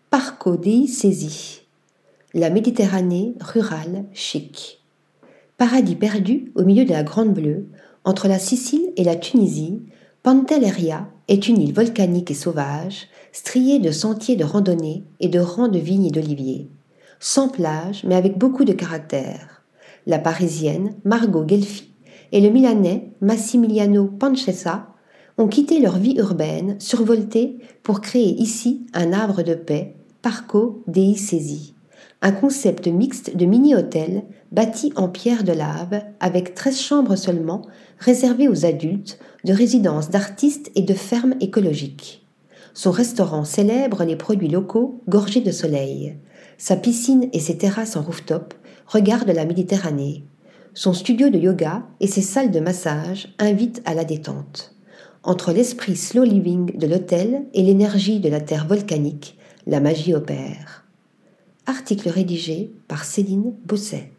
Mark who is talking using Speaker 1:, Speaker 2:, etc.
Speaker 1: Parco dei Cesi, la Méditerranée rurale chic. Paradis perdu au milieu de la Grande Bleue, entre la Sicile et la Tunisie, Pantelleria est une île volcanique et sauvage, striée de sentiers de randonnée et de rangs de vignes et d'oliviers. Sans plage, mais avec beaucoup de caractère. La Parisienne Margot Guelfi et le Milanais Massimiliano Pancesa ont quitté leur vie urbaine survoltée pour créer ici un havre de paix, Parco dei Cesi, un concept mixte de mini-hôtel bâti en pierre de lave avec 13 chambres seulement réservées aux adultes, de résidences d'artistes et de fermes écologiques. Son restaurant célèbre les produits locaux gorgés de soleil. Sa piscine et ses terrasses en rooftop regardent la Méditerranée. Son studio de yoga et ses salles de massage invitent à la détente. Entre l'esprit slow living de l'hôtel et l'énergie de la terre volcanique, la magie opère. Article rédigé par Céline Bousset.